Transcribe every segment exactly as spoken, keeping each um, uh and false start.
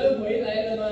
们回来了吗？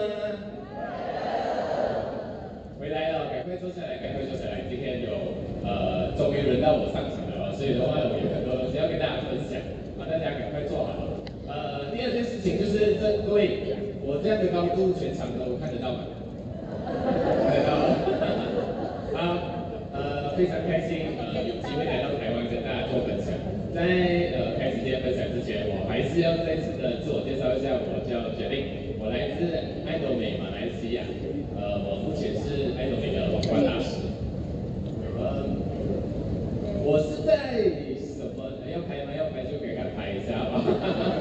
回来了，赶快坐下来，赶快坐下来。今天有呃，终于轮到我上场了，所以的话，我有很多东西要跟大家分享，啊，大家赶快坐好。呃，第二件事情就是这各位，我这样的高度，全场都看得到吗？看得到。好，呃，非常开心，呃，有机会来到台湾跟大家做分享。在呃开始今天分享之前，我还是要再次的自我介绍一下，我叫决定，我来自爱多美马来西亚，呃，我目前是爱多美的网关大师。呃，我是在什么？要拍吗？要拍就给他拍一下吧。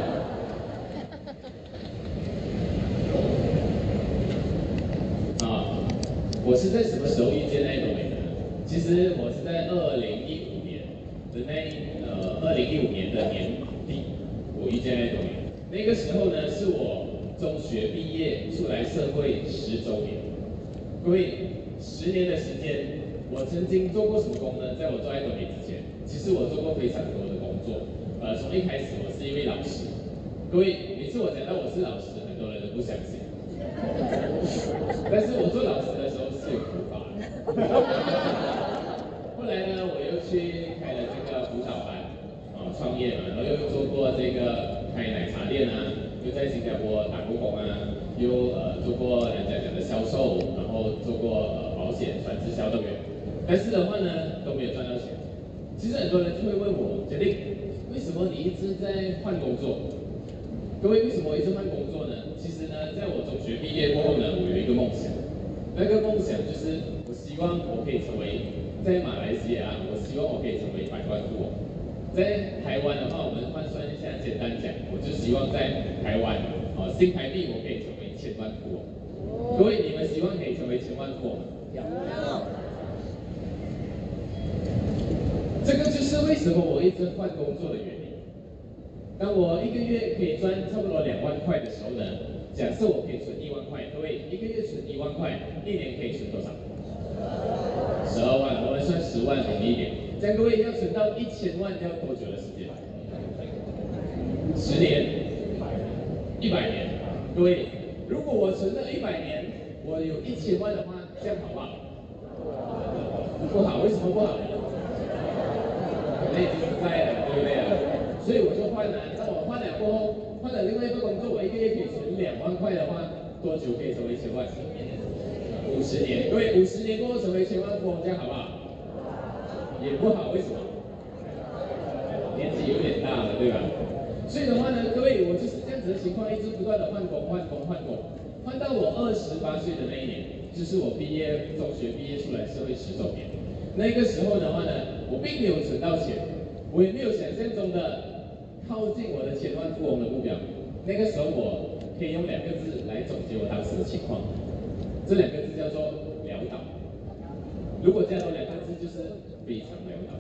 啊，我是在什么时候遇见爱多美的？其实我是在二零一五年的那呃二零一五年的年底，我遇见爱多美。那个时候呢，是我中学毕业出来社会十周年。各位，十年的时间，我曾经做过什么工呢？在我做爱多美之前，其实我做过非常多的工作。呃，从一开始我是一位老师。各位，每次我讲到我是老师，很多人都不相信。但是我做老师的时候是有头发的。后来呢，我又去开了这个辅导班，啊，创业嘛，然后又做过这个开奶茶店啊，又在新加坡打过工啊，又呃做过人家讲的销售，然后做过呃保险传直销都有。但是的话呢，都没有赚到钱。其实很多人就会问我，决定为什么你一直在换工作？各位，为什么我一直换工作呢？其实呢，在我中学毕业过后呢，我有一个梦想，那个梦想就是我希望我可以成为在马来西亚，我希望我可以成为百万富翁。在台湾的话，我们换算一下，简单讲，我就希望在台湾，啊，新台币我可以成为千万富翁。各位，你们希望可以成为千万富翁吗？有。这个就是为什么我一直换工作的原因。当我一个月可以赚差不多两万块的时候呢，假设我可以存一万块，各位一个月存一万块，一年可以存多少？十二万，我们算十万容易一点。这样各位要存到一千万要多久的时间？十年？一百年？各位，如果我存了一百年，我有一千万的话，这样好不好？不好，为什么不好？那已经不在了，对不对啊？所以我就换了，当我换了过后，换了另外一个工作，我一个月可以存两万块的话，多久可以成为千万？五十年。各位，五十年过后成为千万富翁，这样好不好？也不好，为什么？年纪有点大了，对吧？所以的话呢，各位，我就是这样子的情况，一直不断的换工、换工、换工，换到我二十八岁的那一年，就是我毕业中学毕业出来社会十周年。那个时候的话呢，我并没有存到钱，我也没有想象中的靠近我的千万富翁的目标。那个时候我可以用两个字来总结我当时的情况，这两个字叫做潦倒。如果加多两个字，就是非常潦倒。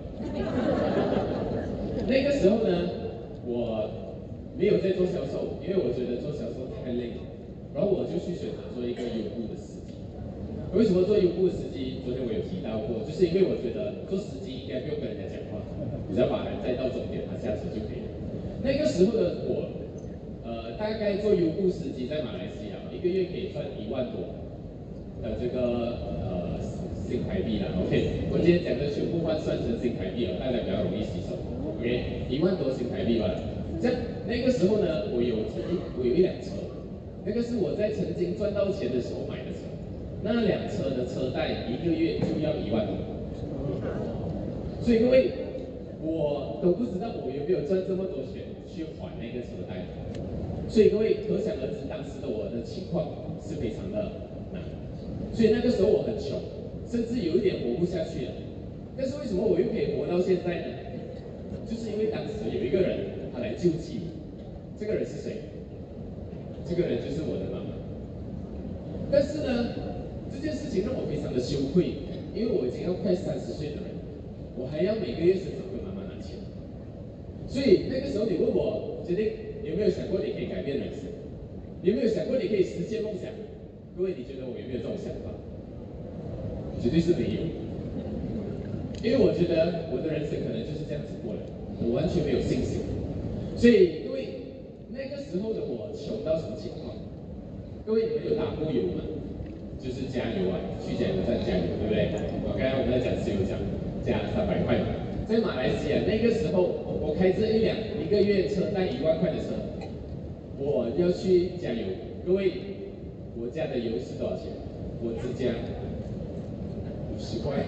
那个时候呢，我没有在做销售，因为我觉得做销售太累了，然后我就去选择做一个优步的司机。为什么做优步的司机？昨天我有提到过，就是因为我觉得做司机应该不用跟人家讲话，只要把人载到终点，他下车就可以了。那个时候的我，呃，大概做优步司机在马来西亚，一个月可以赚一万多的这个呃新台币啦。OK， 我今天讲的全部换算成新台币了，大家比较容易吸收。OK， 一万多新台币吧。这样那个时候呢，我有我有一辆车，那个是我在曾经赚到钱的时候买的车。那辆车的车贷一个月就要一万多，所以各位，我都不知道我有没有赚这么多钱去还那个车贷，所以各位可想而知，当时的我的情况是非常的难，所以那个时候我很穷，甚至有一点活不下去了。但是为什么我又可以活到现在呢？就是因为当时有一个人他来救济我，这个人是谁？这个人就是我的妈妈。但是呢，这件事情让我非常的羞愧，因为我已经要快三十岁的人，我还要每个月伸手跟妈妈拿钱。所以那个时候你问我，决定有没有想过你可以改变人生？有没有想过你可以实现梦想？各位，你觉得我有没有这种想法？绝对是没有，因为我觉得我的人生可能就是这样子过来，我完全没有信心。所以各位，那个时候的我穷到什么情况？ 各位，你们有打过油吗？就是加油啊，去加油站加油，对不对？我刚刚我们在讲石油讲加三百块嘛，在马来西亚那个时候，我开着一辆一个月车贷一万块的车，我要去加油。各位，我加的油是多少钱？我只加五十块，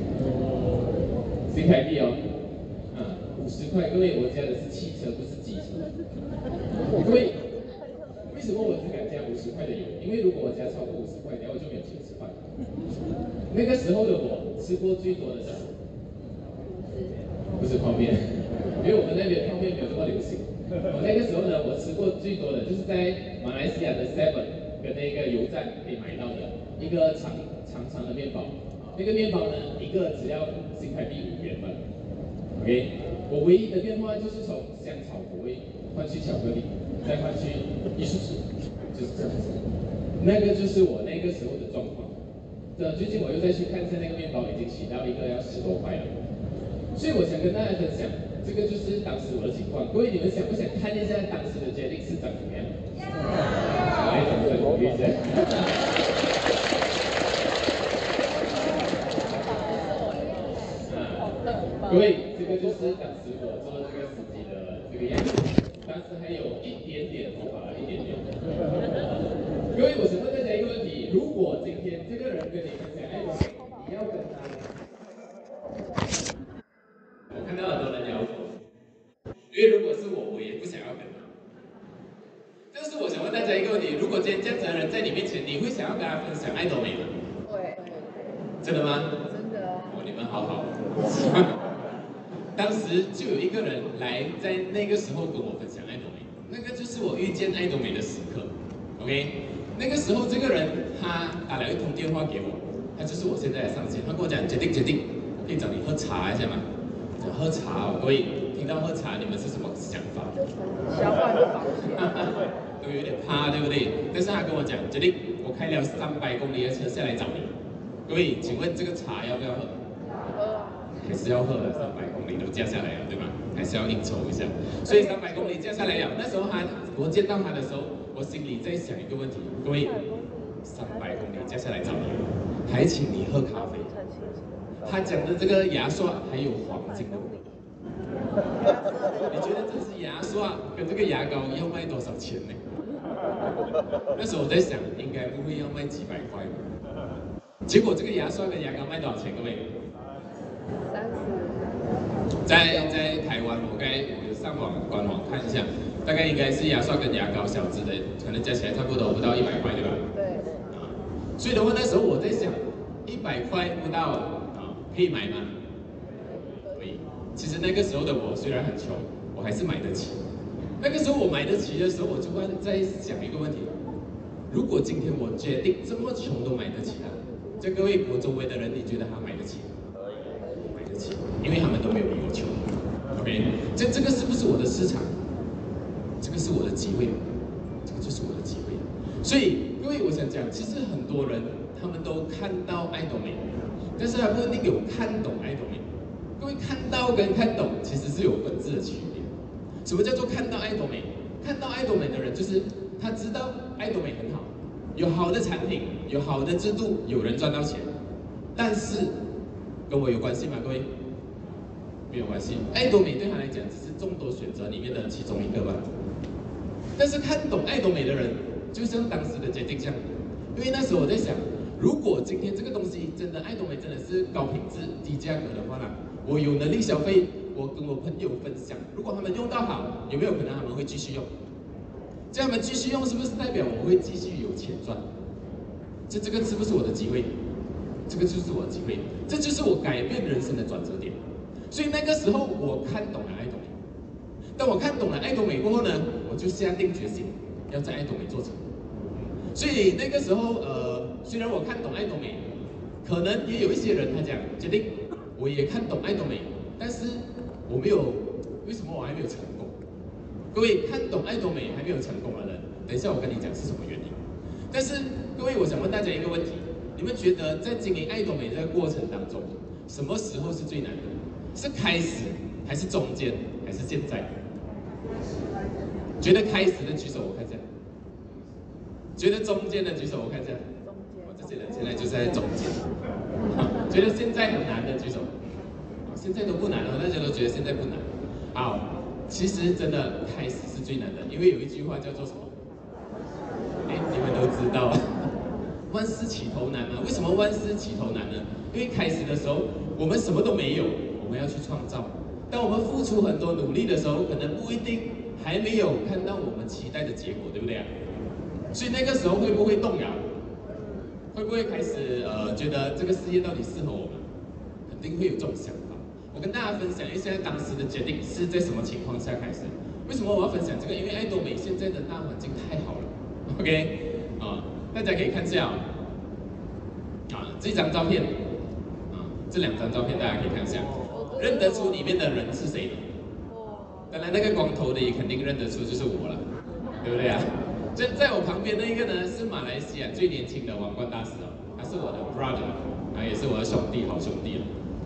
新台币哦，啊，五十块。各位，我加的是汽车，不是机车。各位。为什么我只敢加五十块的油？因为如果我加超过五十块，然后我就没有钱吃饭。那个时候的我吃过最多的是，不是泡面，因为我们那边泡面没有这么流行。我那个时候呢，我吃过最多的就是在马来西亚的 Seven 跟那个油站可以买到的一个长长长的面包。那个面包呢，一个只要新台币五元份。OK， 我唯一的变化就是从香草口味换去巧克力。再换去艺术史，就是这样子。那个就是我那个时候的状况。这最近我又再去看一下那个面包，已经起到一个要十多块了。所以我想跟大家分享，这个就是当时我的情况。各位，你们想不想看一下当时的决定是长怎么样？来，掌声鼓励一下。各位，这个就是当时我做这个司机的这个样子。但是还有一点点头发，一点点。各位，我想问大家一个问题：如果今天这个人跟你分享爱多美，你要跟他？我看到很多人摇头，因为如果是我，我也不想要跟他。但是我想问大家一个问题：如果今天这样子的人在你面前，你会想要跟他分享爱多美吗？ 会。 真的吗？ 真的。哦， 你们好好。当时就有一个人来，在那个时候跟我分享爱多美，那个就是我遇见爱多美的时刻。OK， 那个时候这个人他打了一通电话给我，他就是我现在的上司，他跟我讲决定决定，我可以找你喝茶一下吗？讲喝茶哦，各位听到喝茶你们是什么想法？ 消化的方式。 都有点怕，对不对？但是他跟我讲决定，我开了三百公里的车下来找你。各位，请问这个茶要不要喝？ 喝。 还是要喝的，三百公里都驾下来了，对吧？还是要应酬一下，所以三百公里驾下来了。那时候他，我见到他的时候，我心里在想一个问题：各位，三百公里驾下来找你，还请你喝咖啡。他讲的这个牙刷还有黄金的，你觉得这支牙刷跟这个牙膏要卖多少钱呢？那时候我在想，应该不会要卖几百块吧。结果这个牙刷跟牙膏卖多少钱？各位？ 三十。 在在台湾，我该我有上网官网看一下，大概应该是牙刷跟牙膏小支的，可能加起来差不多不到一百块，对吧？ 对。 啊，所以的话那时候我在想，一百块不到啊，可以买吗？可以。其实那个时候的我虽然很穷，我还是买得起。那个时候我买得起的时候，我就会在想一个问题：如果今天我决定这么穷都买得起了，这各位我周围的人，你觉得他买得起吗？买得起，因为他们都没有比我穷。OK， 这这个是不是我的市场？这个是我的机会，这个就是我的机会。所以各位，我想讲，其实很多人他们都看到爱多美，但是他不一定有看懂爱多美。各位，看到跟看懂其实是有本质的区别。什么叫做看到爱多美？看到爱多美的人，就是他知道爱多美很好，有好的产品，有好的制度，有人赚到钱，但是跟我有关系吗？各位，没有关系。爱多美对他来讲只是众多选择里面的其中一个吧。但是看懂爱多美的人，就像当时的决定这样，因为那时候我在想，如果今天这个东西真的爱多美真的是高品质、低价格的话呢，我有能力消费，我跟我朋友分享，如果他们用到好，有没有可能他们会继续用？这样他们继续用，是不是代表我会继续有钱赚？这这个是不是我的机会？这个就是我的机会，这就是我改变人生的转折点。所以那个时候我看懂了爱多美，当我看懂了爱多美过后呢，我就下定决心要在爱多美做成。所以那个时候，呃，虽然我看懂爱多美，可能也有一些人他讲决定，我也看懂爱多美，但是我没有，为什么我还没有成功？各位看懂爱多美还没有成功的人，等一下我跟你讲是什么原因。但是各位，我想问大家一个问题：你们觉得在经营爱多美这个过程当中，什么时候是最难的？是开始，还是中间，还是现在？觉得开始的举手，我看一下。 觉得中间的举手，我看一下。 中间。 我这些人现在就是在中间。觉得现在很难的举手。现在都不难了，大家都觉得现在不难。好，其实真的开始是最难的，因为有一句话叫做什么？哎，你们都知道啊。万事起头难嘛？为什么万事起头难呢？因为开始的时候我们什么都没有，我们要去创造。当我们付出很多努力的时候，可能不一定还没有看到我们期待的结果，对不对啊？所以那个时候会不会动摇？会不会开始呃觉得这个事业到底适合我们？肯定会有这种想法。我跟大家分享一下当时的决定是在什么情况下开始。为什么我要分享这个？因为爱多美现在的大环境太好了。OK， 啊，大家可以看一下啊，这张照片，啊，这两张照片大家可以看一下，认得出里面的人是谁吗？当然那个光头的也肯定认得出就是我了，对不对啊？在在我旁边那一个呢是马来西亚最年轻的王冠大师哦，他是我的 brother， 啊也是我的兄弟，好兄弟了。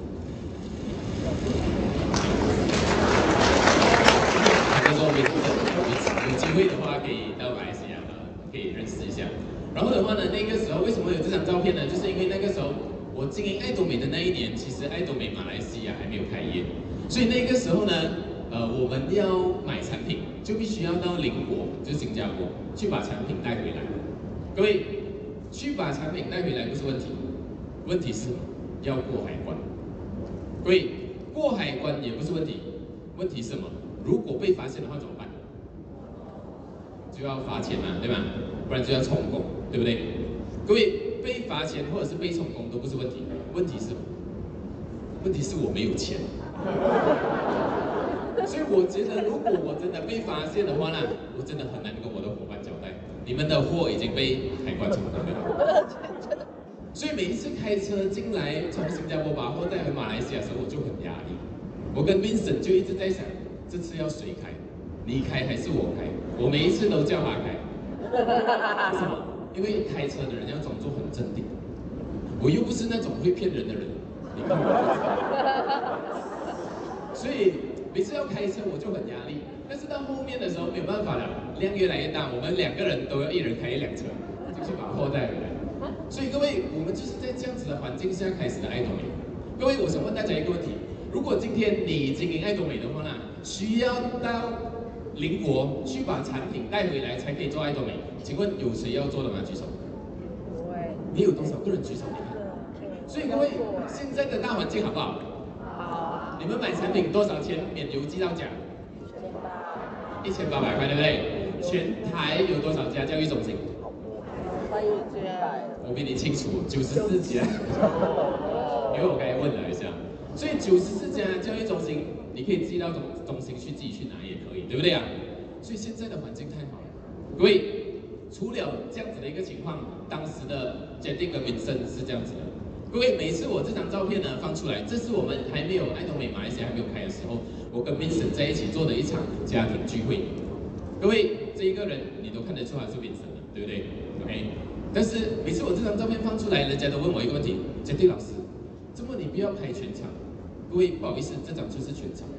他说有有机会的话可以到马来西亚可以认识一下。然后的话呢，那个时候为什么有这张照片呢？就是因为那个时候我经营爱多美的那一年，其实爱多美马来西亚还没有开业，所以那个时候呢。呃，我们要买产品，就必须要到邻国，就是新加坡，去把产品带回来。各位，去把产品带回来不是问题，问题是要过海关。各位，过海关也不是问题，问题是什么？如果被发现的话怎么办？就要罚钱嘛，对吧？不然就要充公，对不对？各位，被罚钱或者是被充公都不是问题，问题是什么？问题是我没有钱。所以我觉得，如果我真的被发现的话呢，我真的很难跟我的伙伴交代，你们的货已经被海关充公了。所以每一次开车进来，从新加坡把货带回马来西亚的时候，我就很压力。我跟 Vincent 就一直在想，这次要谁开？你开还是我开？我每一次都叫他开。为什么？因为开车的人要装作很镇定，我又不是那种会骗人的人。你看我，所以。每次要开车我就很压力，但是到后面的时候没有办法了，量越来越大，我们两个人都要一人开一辆车，就去把货带回来。所以各位，我们就是在这样子的环境下开始的爱多美。各位，我想问大家一个问题：如果今天你经营爱多美的话呢，需要到邻国去把产品带回来才可以做爱多美，请问有谁要做的吗？举手。 不会。 你有多少个人举手？你看。所以各位，现在的大环境好不好？你们买产品多少钱免邮寄到家？一千八百块，对不对？全台有多少家教育中心？ 还有家。 我比你清楚，九十四家。因为我刚才问了一下，所以九十四家教育中心，你可以寄到中中心去，自己去拿也可以，对不对啊？所以现在的环境太好了。各位，除了这样子的一个情况，当时的决定跟民生是这样子的。各位，每次我这张照片呢放出来，这是我们还没有爱多美马来西亚还没有开的时候，我跟 Vincent 在一起做的一场家庭聚会。各位，这一个人你都看得出来是 Vincent 的，对不对 ？OK。但是每次我这张照片放出来，人家都问我一个问题：杰弟老师，怎么你不要拍全场？各位，不好意思，这张就是全场。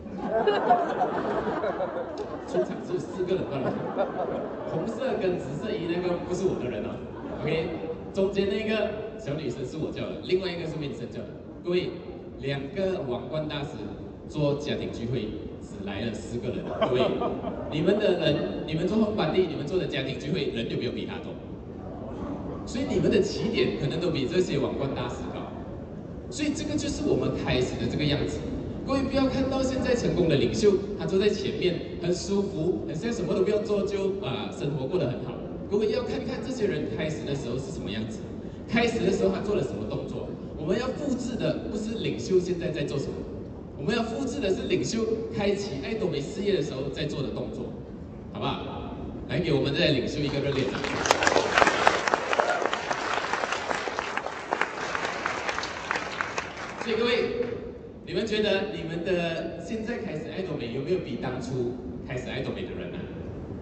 全场只有四个人罢了。红色跟紫色衣那个不是我的人哦 ，OK。中间那个小女生是我叫的，另外一个是 Vincent 叫的。各位，两个王冠大师做家庭聚会，只来了四个人。各位，你们的人，你们做红板地，你们做的家庭聚会，人有没有比他多？所以你们的起点可能都比这些王冠大师高。所以这个就是我们开始的这个样子。各位不要看到现在成功的领袖，他坐在前面很舒服，很像什么都不用做就啊、呃、生活过得很好。各位要看看这些人开始的时候是什么样子，开始的时候他做了什么动作。我们要复制的不是领袖现在在做什么，我们要复制的是领袖开启爱多美事业的时候在做的动作，好不好？来给我们这领袖一个热烈掌声。所以各位，你们觉得你们的现在开始爱多美有没有比当初开始爱多美的人呢、啊？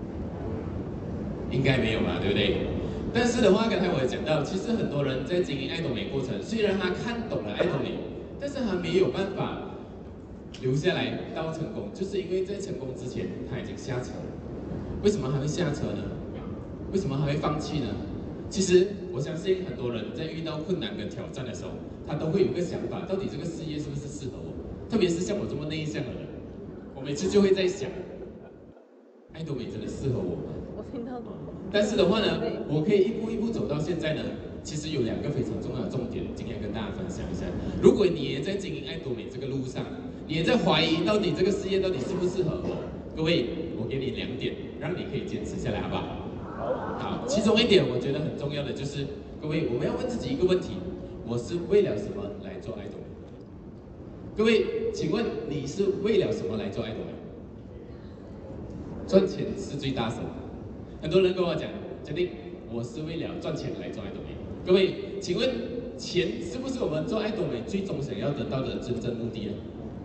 应该没有吧，对不对？但是的话，刚才我也讲到，其实很多人在经营爱多美过程，虽然他看懂了爱多美，但是他没有办法留下来到成功，就是因为在成功之前他已经下车了。为什么还会下车呢？ 为什么他会放弃呢？其实我相信很多人在遇到困难跟挑战的时候，他都会有个想法，到底这个事业是不是适合我？特别是像我这么内向的人，我每次就会在想，爱多美真的适合我吗？ 我听到。 但是的话呢，我可以一步一步走到现在呢。其实有两个非常重要的重点，今天跟大家分享一下。如果你也在经营爱多美这个路上，你也在怀疑到底这个事业到底适不适合我，各位，我给你两点，让你可以坚持下来，好不好？好，其中一点我觉得很重要的就是，各位，我们要问自己一个问题：我是为了什么来做爱多美？各位，请问你是为了什么来做爱多美？赚钱是最大神。很多人跟我讲，决定我是为了赚钱来做爱多美。各位，请问钱是不是我们做爱多美最终想要得到的真正目的呢？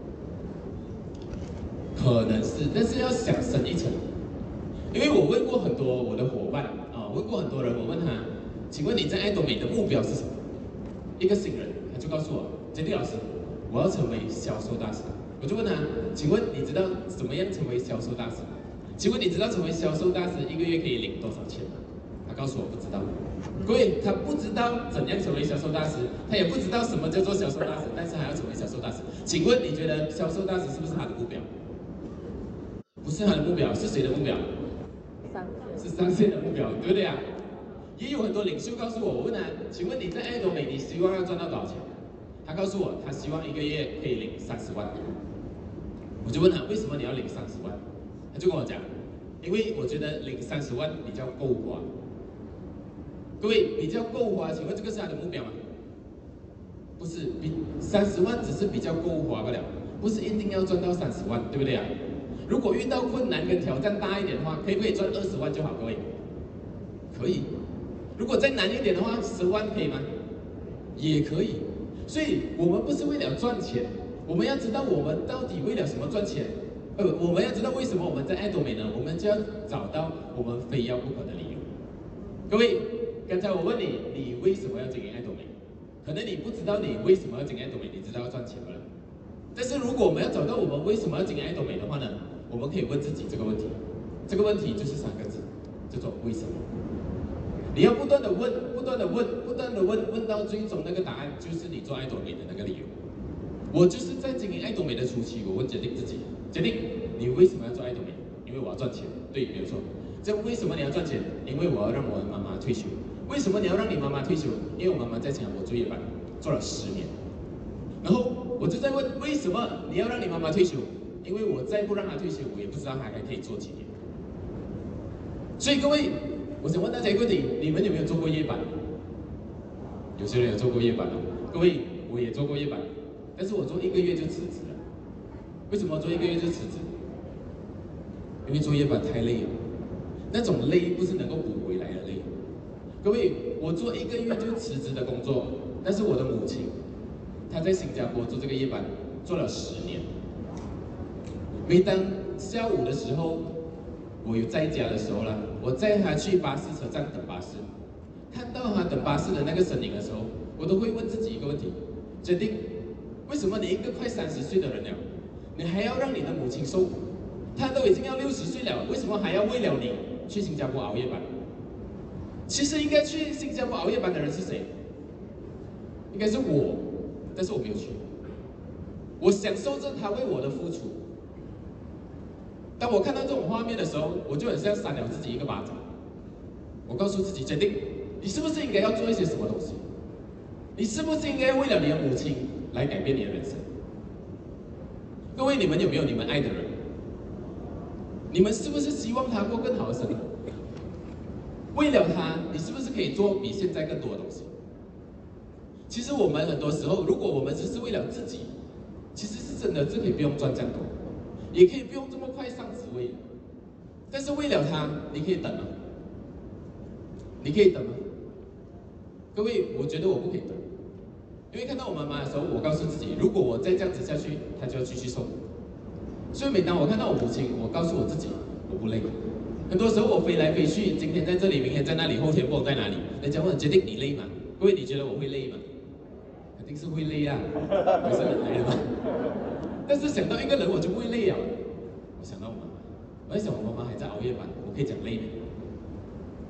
可能是，但是要想深一层。因为我问过很多我的伙伴啊，问过很多人，我问他，请问你在爱多美的目标是什么？一个新人，他就告诉我，杰迪老师，我要成为销售大师。我就问他，请问你知道怎么样成为销售大师？请问你知道成为销售大师一个月可以领多少钱吗？他告诉我不知道。各位，他不知道怎样成为销售大师，他也不知道什么叫做销售大师，但是还要成为销售大师。请问你觉得销售大师是不是他的目标？不是他的目标，是谁的目标？是上线的目标，对不对啊？也有很多领袖告诉我，我问他，请问你在爱多美，你希望要赚到多少钱？他告诉我，他希望一个月可以领三十万。我就问他，为什么你要领三十万？他就跟我讲，因为我觉得领三十万比较够花。各位，比较够花，请问这个是他的目标吗？不是，比三十万只是比较够花不了，不是一定要赚到三十万，对不对啊？如果遇到困难跟挑战大一点的话，可以不可以赚二十万就好？各位，可以。如果再难一点的话，十万可以吗？也可以。所以我们不是为了赚钱，我们要知道我们到底为了什么赚钱。呃，我们要知道为什么我们在爱多美呢？我们就要找到我们非要不可的理由。各位，刚才我问你，你为什么要经营爱多美？可能你不知道你为什么要经营爱多美，你知道要赚钱吗？但是如果我们要找到我们为什么要经营爱多美的话呢，我们可以问自己这个问题，这个问题就是三个字，叫做为什么。你要不断的问，不断的问，不断的问，问到最终那个答案就是你做爱多美的那个理由。我就是在经营爱多美的初期，我问决定自己，决定你为什么要做爱多美？因为我要赚钱，对，没有错。这为什么你要赚钱？因为我要让我的妈妈退休。为什么你要让你妈妈退休？因为我妈妈在新加坡做夜班，做了十年。然后我就在问，为什么你要让你妈妈退休？因为我再不让她退休，我也不知道她还可以做几年。所以各位，我想问大家一个问题：你们有没有做过夜班？有些人有做过夜班哦。各位，我也做过夜班，但是我做一个月就辞职了。为什么做一个月就辞职？因为做夜班太累了，那种累不是能够补回来的累。各位，我做一个月就辞职的工作，但是我的母亲，她在新加坡做这个夜班，做了十年。每当下午的时候，我有在家的时候啦，我载她去巴士车站等巴士，看到她等巴士的那个身影的时候，我都会问自己一个问题：决定为什么你一个快三十岁的人了，你还要让你的母亲受苦？她都已经要六十岁了，为什么还要为了你去新加坡熬夜班？其实应该去新加坡熬夜班的人是谁？应该是我，但是我没有去。我享受着他为我的付出。当我看到这种画面的时候，我就很像扇了自己一个巴掌。我告诉自己，决定，你是不是应该要做一些什么东西？你是不是应该为了你的母亲来改变你的人生？各位，你们有没有你们爱的人？你们是不是希望他过更好的生活？为了他，你是不是可以做比现在更多的东西？其实我们很多时候，如果我们只是为了自己，其实是真的是可以不用赚这样多，也可以不用这么快上职位。但是为了他，你可以等吗？你可以等吗？各位，我觉得我不可以等，因为看到我妈妈的时候，我告诉自己，如果我再这样子下去，她就要继续受苦。所以每当我看到我母亲，我告诉我自己，我不累。很多时候我飞来飞去，今天在这里，明天在那里，后天不懂在哪里。人家问决定你累吗？各位，你觉得我会累吗？肯定是会累啊，我是人来的嘛。但是想到一个人，我就不会累啊。我想到我妈妈，我在想我妈妈还在熬夜班，我可以讲累吗？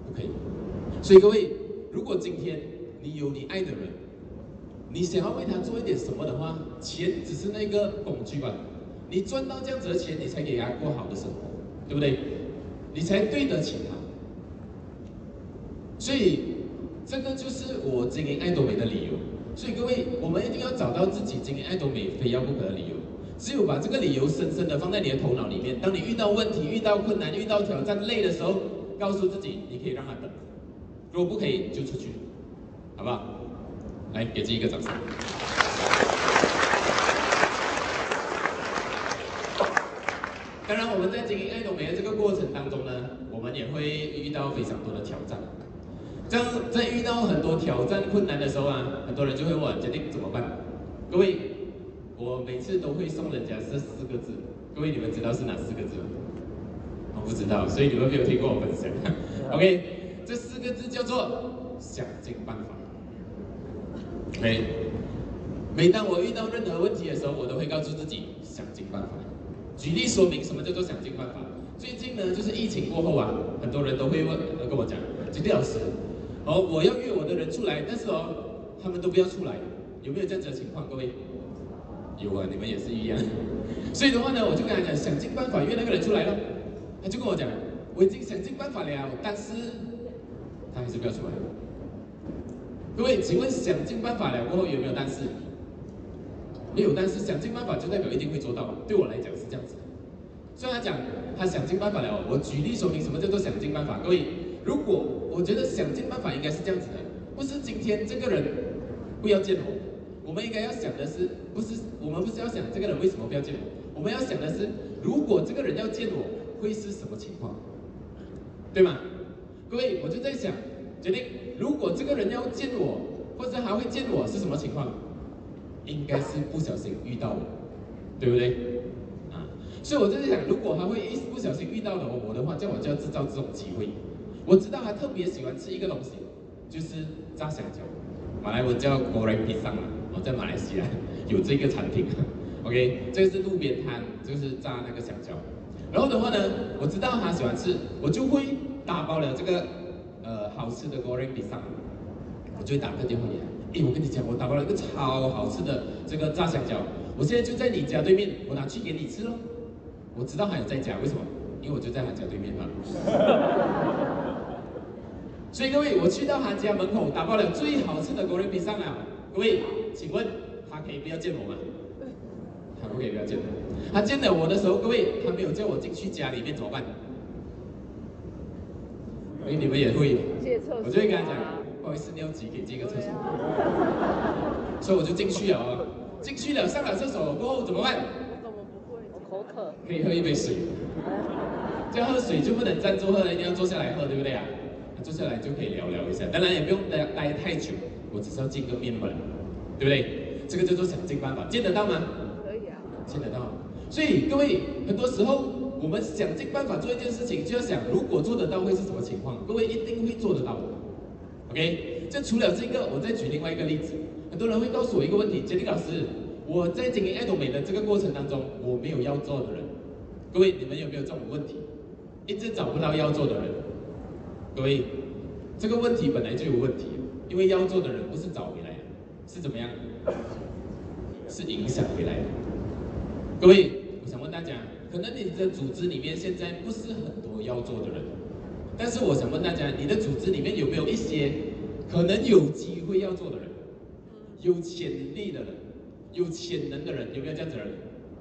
不可以。所以各位，如果今天你有你爱的人，你想要为他做一点什么的话，钱只是那个工具吧。你赚到这样子的钱，你才给他过好的生活，对不对？你才对得起他。所以这个就是我经营爱多美的理由。所以各位，我们一定要找到自己经营爱多美非要不可的理由。只有把这个理由深深的放在你的头脑里面，当你遇到问题、遇到困难、遇到挑战、累的时候，告诉自己，你可以让他等。如果不可以，就出去，好不好？来，给自己一个掌声。当然，我们在经营爱多美的这个过程当中呢，我们也会遇到非常多的挑战。这样，在遇到很多挑战、困难的时候啊，很多人就会问我，决定怎么办？各位，我每次都会送人家这四个字，各位你们知道是哪四个字吗？我不知道，所以你们没有听过我分享。OK， 这四个字叫做想尽办法。OK， 每当我遇到任何问题的时候，我都会告诉自己想尽办法。举例说明什么叫做想尽办法。最近呢，就是疫情过后啊，很多人都会问，跟我讲，金弟老师，哦，我要约我的人出来，但是哦，他们都不要出来，有没有这样子的情况？各位，有啊，你们也是一样。所以的话呢，我就跟他讲，想尽办法约那个人出来了。他就跟我讲，我已经想尽办法了，但是他还是不要出来。各位，请问想尽办法了过后有没有但是？没有但是，想尽办法就代表一定会做到。对我来讲是这样子。所以他讲他想尽办法了，我举例说明什么叫做想尽办法。各位，如果我觉得想尽办法应该是这样子的，不是今天这个人不要见我，我们应该要想的是，不是我们不是要想这个人为什么不要见我，我们要想的是，如果这个人要见我，会是什么情况，对吗？各位，我就在想，决定如果这个人要见我，或者还会见我是什么情况？应该是不小心遇到我，对不对？啊，所以我就在想，如果他会一不小心遇到了我的话，这样我就要制造这种机会。我知道他特别喜欢吃一个东西，就是炸香蕉，马来文叫 goreng pisang 嘛，我在马来西亚有这个产品。OK， 这个是路边摊，就是炸那个香蕉。然后的话呢，我知道他喜欢吃，我就会打包了这个呃好吃的 goreng pisang， 我就会打个电话给他。哎，我跟你讲，我打包了一个超好吃的这个炸香蕉，我现在就在你家对面，我拿去给你吃咯。我知道他有在家，为什么？因为我就在他家对面嘛。所以各位，我去到他家门口，打包了最好吃的goreng pisang了。各位，请问他可以不要见我吗？他不可以不要见我。他见了我的时候，各位，他没有叫我进去家里面怎么办？所以你们也会，我就会跟他讲。不好意思，尿急，可以借个厕所。所以我就进去了啊，进去了，上了厕所过后怎么办？ 我怎么不会？我口渴。 可以喝一杯水。这样喝水就不能站住喝了，一定要坐下来喝，对不对啊？坐下来就可以聊聊一下，当然也不用待待太久，我只是要见个面嘛，对不对？这个叫做想尽办法，见得到吗？ 可以啊。 见得到。所以各位，很多时候我们想尽办法做一件事情，就要想如果做得到会是什么情况？各位一定会做得到的。OK， 这除了这个，我再举另外一个例子。很多人会告诉我一个问题，杰林老师，我在经营爱多美的这个过程当中，我没有要做的人。各位，你们有没有这种问题？一直找不到要做的人。各位，这个问题本来就有问题，因为要做的人不是找回来的，是怎么样？是影响回来的。各位，我想问大家，可能你的组织里面现在不是很多要做的人。但是我想问大家，你的组织里面有没有一些可能有机会要做的人，有潜力的人，有潜能的人，有没有这样子的人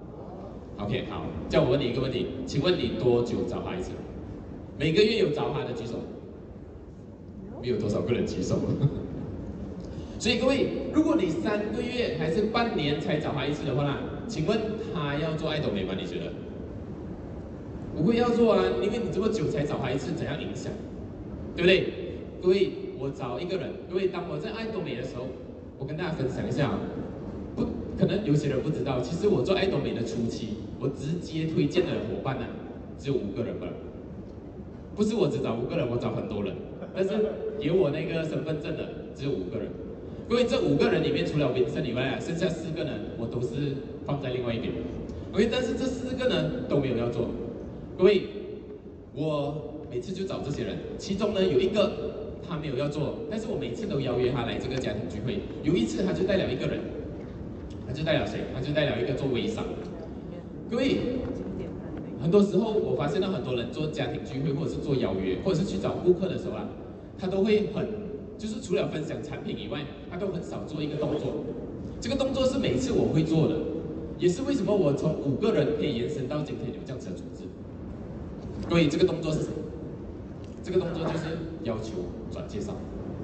？OK， 好，叫我问你一个问题，请问你多久找他一次？每个月有找他的举手，没有多少个人举手。所以各位，如果你三个月还是半年才找他一次的话呢，请问他要做爱多美吗？你觉得？不会要做啊，因为你这么久才找他一次，怎样影响？对不对？各位，我找一个人，各位，当我在爱多美的时候，我跟大家分享一下，不，可能有些人不知道，其实我做爱多美的初期，我直接推荐的伙伴呢，只有五个人吧。不是我只找五个人，我找很多人，但是有我那个身份证的只有五个人。各位，这五个人里面，除了文森以外啊，剩下四个呢，我都是放在另外一边。OK， 但是这四个呢都没有要做。各位，我每次就找这些人，其中呢有一个他没有要做，但是我每次都邀约他来这个家庭聚会。有一次他就带了一个人，他就带了谁？他就带了一个做微商。各位，很多时候我发现到很多人做家庭聚会，或者是做邀约，或者是去找顾客的时候啊，他都会很，就是除了分享产品以外，他都很少做一个动作。这个动作是每次我会做的，也是为什么我从五个人可以延伸到今天有这样子的组织。各位，这个动作是什么？这个动作就是要求转介绍。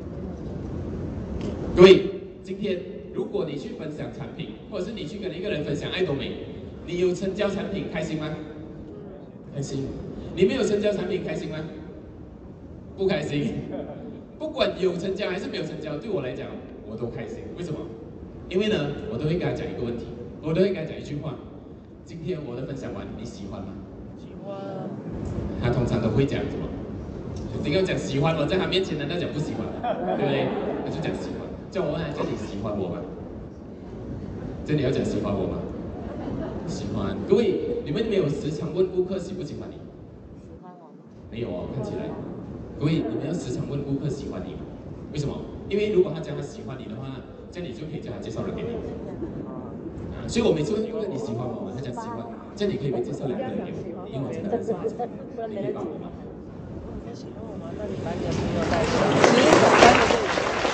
各位，今天如果你去分享产品，或者是你去跟一个人分享爱多美，你有成交产品，开心吗？开心。你没有成交产品，开心吗？不开心。不管有成交还是没有成交，对我来讲，我都开心。为什么？因为呢，我都会跟他讲一个问题，我都会跟他讲一句话：今天我的分享完，你喜欢吗？ 喜欢。 他通常都会讲什么？你跟我讲喜欢，我在他面前难道讲不喜欢？对不对？他就讲喜欢。叫我问他，叫你喜欢我吗？这你要讲喜欢我吗？喜欢。各位，你们没有时常问顾客喜不喜欢你？ 喜欢我吗？ 没有哦，看起来。各位，你们要时常问顾客喜欢你吗？为什么？因为如果他讲他喜欢你的话，这样你就可以叫他介绍人给你。啊，所以我每次问顾客你喜欢我吗？他讲喜欢，这样你可以介绍两个人给我，因为我真的很喜欢。你可以帮我吗？ 你喜欢我吗？那你把你的朋友带上。你手关的这里。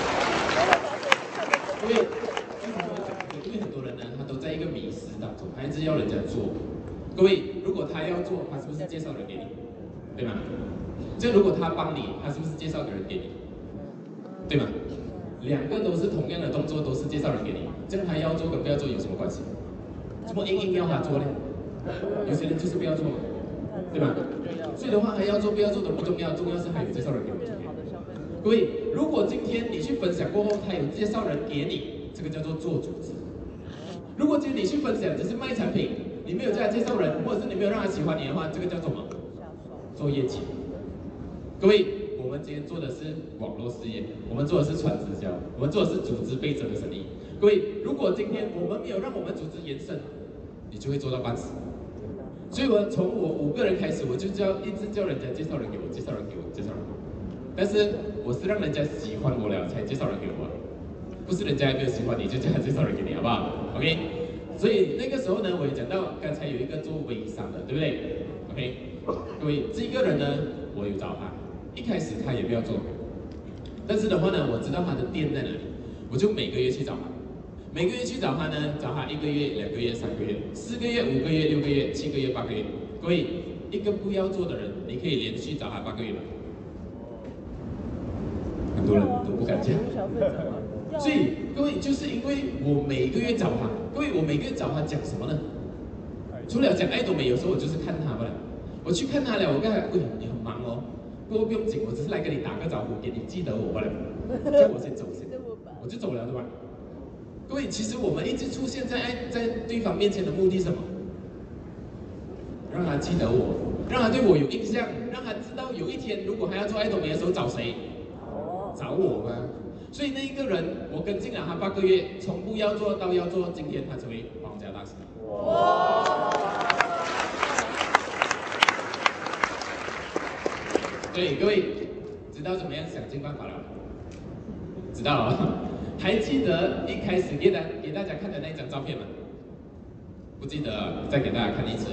因为为什么会讲？因为很多人呢，他都在一个迷思当中，他一直要人家做。各位，如果他要做，他是不是介绍人给你？对吗？这如果他帮你，他是不是介绍个人给你？对吗？两个都是同样的动作，都是介绍人给你，这样他要做跟不要做有什么关系？怎么硬硬要他做呢？有些人就是不要做嘛，对吧？所以的话，他要做不要做都不重要，重要是他有介绍人给我就可以。各位，如果今天你去分享过后，他有介绍人给你，这个叫做做组织。如果今天你去分享只是卖产品，你没有叫他介绍人，或者是你没有让他喜欢你的话，这个叫做什么？做业绩。各位，我们今天做的是网络事业，我们做的是传直销，我们做的是组织倍增的生意。各位，如果今天我们没有让我们组织延伸，你就会做到半死。所以我从我五个人开始，我就叫一直叫人家介绍人给我，介绍人给我，介绍人给我。但是我是让人家喜欢我了才介绍人给我，不是人家没有喜欢你就叫他介绍人给你，好不好 ？OK。所以那个时候呢，我也讲到刚才有一个做微商的，对不对 ？OK。各位，这个人呢，我有找他，一开始他也不要做，但是的话呢，我知道他的店在哪里，我就每个月去找他，每个月去找他呢，找他一个月、两个月、三个月、四个月、五个月、六个月、七个月、八个月。各位，一个不要做的人，你可以连续找他八个月吗？很多人都不敢讲。所以各位，就是因为我每个月找他，各位，我每个月找他讲什么呢？除了讲爱多美，有时候我就是看他不了。我去看他了，我跟他，喂，你很忙哦，不过不用紧，我只是来跟你打个招呼，给你记得我不了，叫我先走先，我就走了，对吧？各位，其实我们一直出现在爱在对方面前的目的是什么？让他记得我，让他对我有印象，让他知道有一天如果还要做爱多美的时候找谁？找我吗？所以那一个人，我跟进了他八个月，从不要做到要做，今天他成为皇家大师。哇！对，各位知道怎么样想尽办法了？知道了。还记得一开始给大给大家看的那张照片吗？不记得了，再给大家看一次。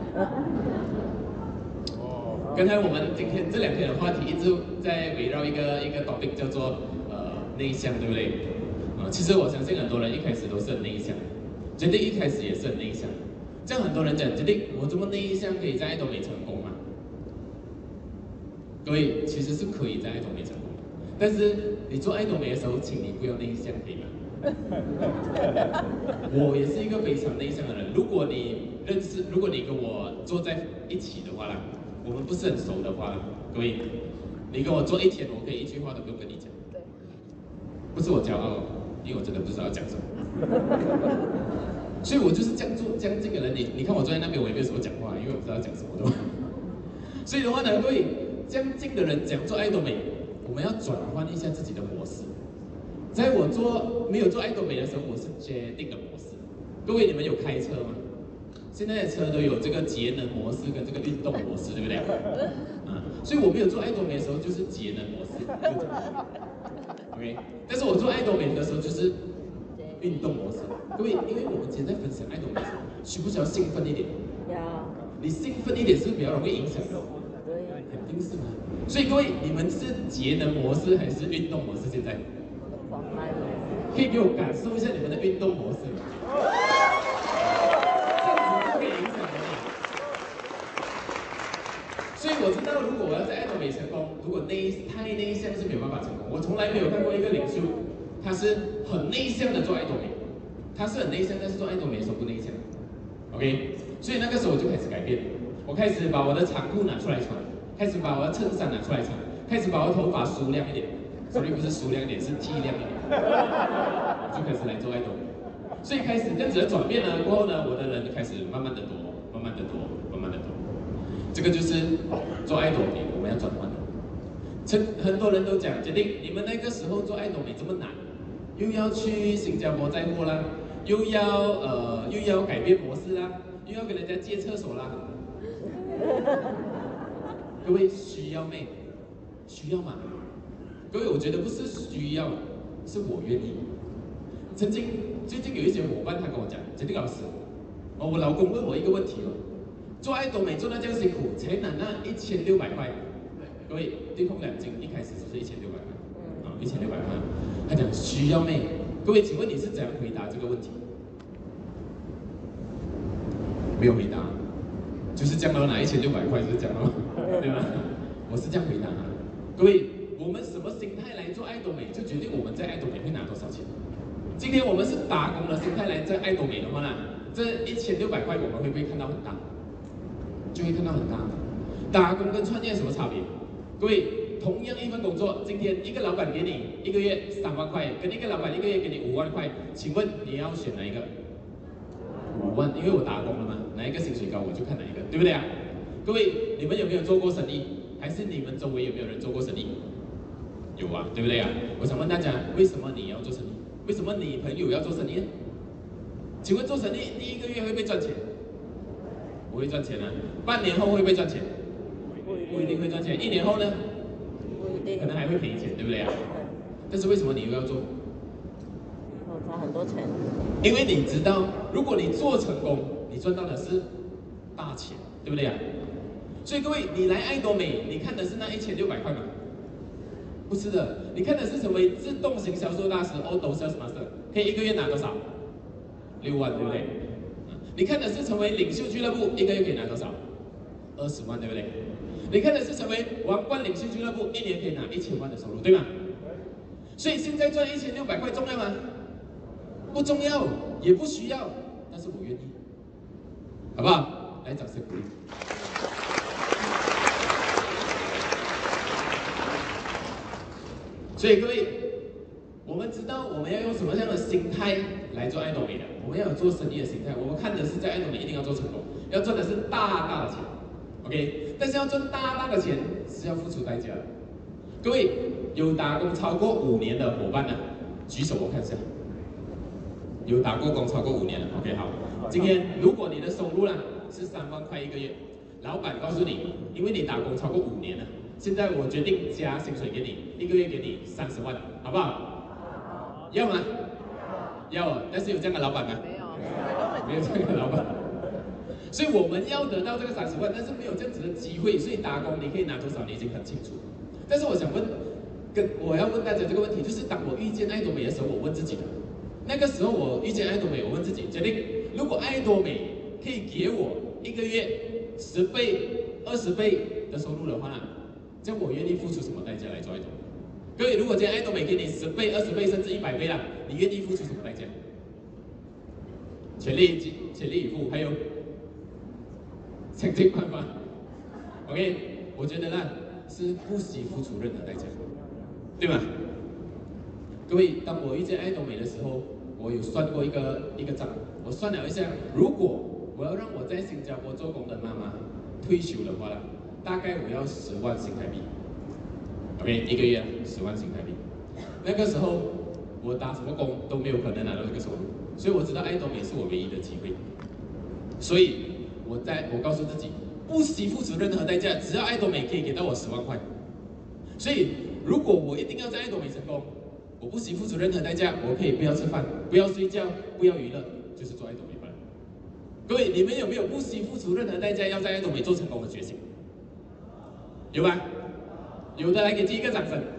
刚才我们今天这两天的话题一直在围绕一个一个 topic 叫做呃内向，对不对？啊、呃，其实我相信很多人一开始都是很内向，决定一开始也是很内向。这样很多人讲，决定我这么内向可以在爱多美成功吗？各位，其实是可以在爱多美成功的，但是你做爱多美的时候，请你不要内向，可以吗？我也是一个非常内向的人。如果你认识，如果你跟我坐在一起的话啦。我们不是很熟的话，各位，你跟我做一天，我可以一句话都不用跟你讲。对。不是我骄傲，因为我真的不知道讲什么。所以我就是这样做这样这个人，你你看我坐在那边，我也没有什么讲话，因为我不知道讲什么，对吧？所以的话呢，各位，这样近的人讲做爱多美，我们要转换一下自己的模式。在我做没有做爱多美的时候，我是决定的模式。各位，你们有开车吗？ 现在的车都有这个节能模式跟这个运动模式，对不对？啊，所以我没有做爱多美的时候就是节能模式。OK， 但是我做爱多美的时候就是运动模式。各位，因为我们今天在分享爱多美的时候，需不需要兴奋一点？ 要。 你兴奋一点是不是比较容易影响的？ 对。 肯定是嘛。所以各位，你们是节能模式还是运动模式？现在？可以给我感受一下你们的运动模式吗？这样子就可以影响我。所以我知道，如果我要在爱多美成功，如果内太内向是没有办法成功。我从来没有看过一个领袖，他是很内向的做爱多美，他是很内向，但是做爱多美的时候不内向。OK， 所以那个时候我就开始改变，我开始把我的长裤拿出来穿，开始把我的衬衫拿出来穿，开始把我的头发梳亮一点。所以不是梳亮一点，是剃亮一点，就开始来做爱多美。所以开始这样子的转变呢，过后呢，我的人就开始慢慢的多，慢慢的多，慢慢的多。这个就是做爱多美我们要转换的。很很多人都讲，决定你们那个时候做爱多美这么难，又要去新加坡载货啦，又要呃又要改变模式啦，又要跟人家借厕所啦。各位需要没？需要吗？各位，我觉得不是需要，是我愿意。曾经最近有一些伙伴他跟我讲，杰定老师，哦，我老公问我一个问题哦，做爱多美做到这样辛苦，才拿那一千六百块。各位，对空两斤一开始就是一千六百块，啊，一千六百块。他讲需要没？各位，请问你是怎样回答这个问题？没有回答，就是这样咯，拿一千六百块就是这样咯，对吗？我是这样回答啊，各位。我们什么心态来做爱多美，就决定我们在爱多美会拿多少钱。今天我们是打工的心态来在爱多美的话呢，这一千六百块我们会不会看到很大？就会看到很大。打工跟创业有什么差别？各位，同样一份工作，今天一个老板给你一个月三万块，跟一个老板一个月给你五万块，请问你要选哪一个？五万，因为我打工了嘛，哪一个薪水高我就看哪一个，对不对啊？各位，你们有没有做过生意？还是你们周围有没有人做过生意？有啊，对不对啊？我想问大家，为什么你要做生意？为什么你朋友要做生意呢？请问做生意第一个月会不会赚钱？不会赚钱啊。半年后会不会赚钱？不一定会赚钱。一年后呢？ 不一定。 可能还会赔钱，对不对啊？但是为什么你又要做？ 我赚很多钱。 因为你知道，如果你做成功，你赚到的是大钱，对不对啊？所以各位，你来爱多美，你看的是那一千六百块吗？不是的，你看的是成为自动型销售大师 Auto Sales Master， 可以一个月拿多少？六万，对不对？你看的是成为领袖俱乐部，一个月可以拿多少？二十万，对不对？你看的是成为王冠领袖俱乐部，一年可以拿一千万的收入，对吗？所以现在赚一千六百块重要吗？不重要，也不需要，但是我愿意，好不好？来，掌声鼓励。所以各位，我们知道我们要用什么样的心态来做爱多美的？我们要有做生意的心态。我们看的是在爱多美一定要做成功，要赚的是大大的钱 ，OK？ 但是要赚大大的钱是要付出代价的。各位有打工超过五年的伙伴呢？举手我看一下。有打过工超过五年了 ，OK？ 好。今天如果你的收入呢是三万块一个月，老板告诉你，因为你打工超过五年了。现在我决定加薪水给你，一个月给你三十万，好不好？要吗？要，但是有这样的老板吗？ 没有， 没有这样的老板。所以我们要得到这个三十万，但是没有这样子的机会，所以打工你可以拿多少，你已经很清楚。但是我想问，跟我要问大家这个问题，就是当我遇见爱多美的时候，我问自己的，那个时候我遇见爱多美，我问自己，决定如果爱多美可以给我一个月十倍、二十倍的收入的话，这样我愿意付出什么代价来做爱多美？各位，如果今天爱多美给你十倍、二十倍甚至一百倍啦，你愿意付出什么代价？全力以全力以赴，还有想尽办法。OK， 我觉得呢是不惜付出任何代价，对吗？各位，当我遇见爱多美的时候，我有算过一个一个账，我算了一下，如果我要让我在新加坡做工的妈妈退休的话，大概我要十万新台币。OK， 一个月十万新台币。那个时候我打什么工都没有可能拿到这个收入，所以我知道爱多美是我唯一的机会。 所以我在我告诉自己，不惜付出任何代价，只要爱多美可以给到我十万块。所以如果我一定要在爱多美成功，我不惜付出任何代价，我可以不要吃饭，不要睡觉，不要娱乐，就是做爱多美吧。各位，你们有没有不惜付出任何代价要在爱多美做成功的决心？有吧？有的来给自己一个掌声。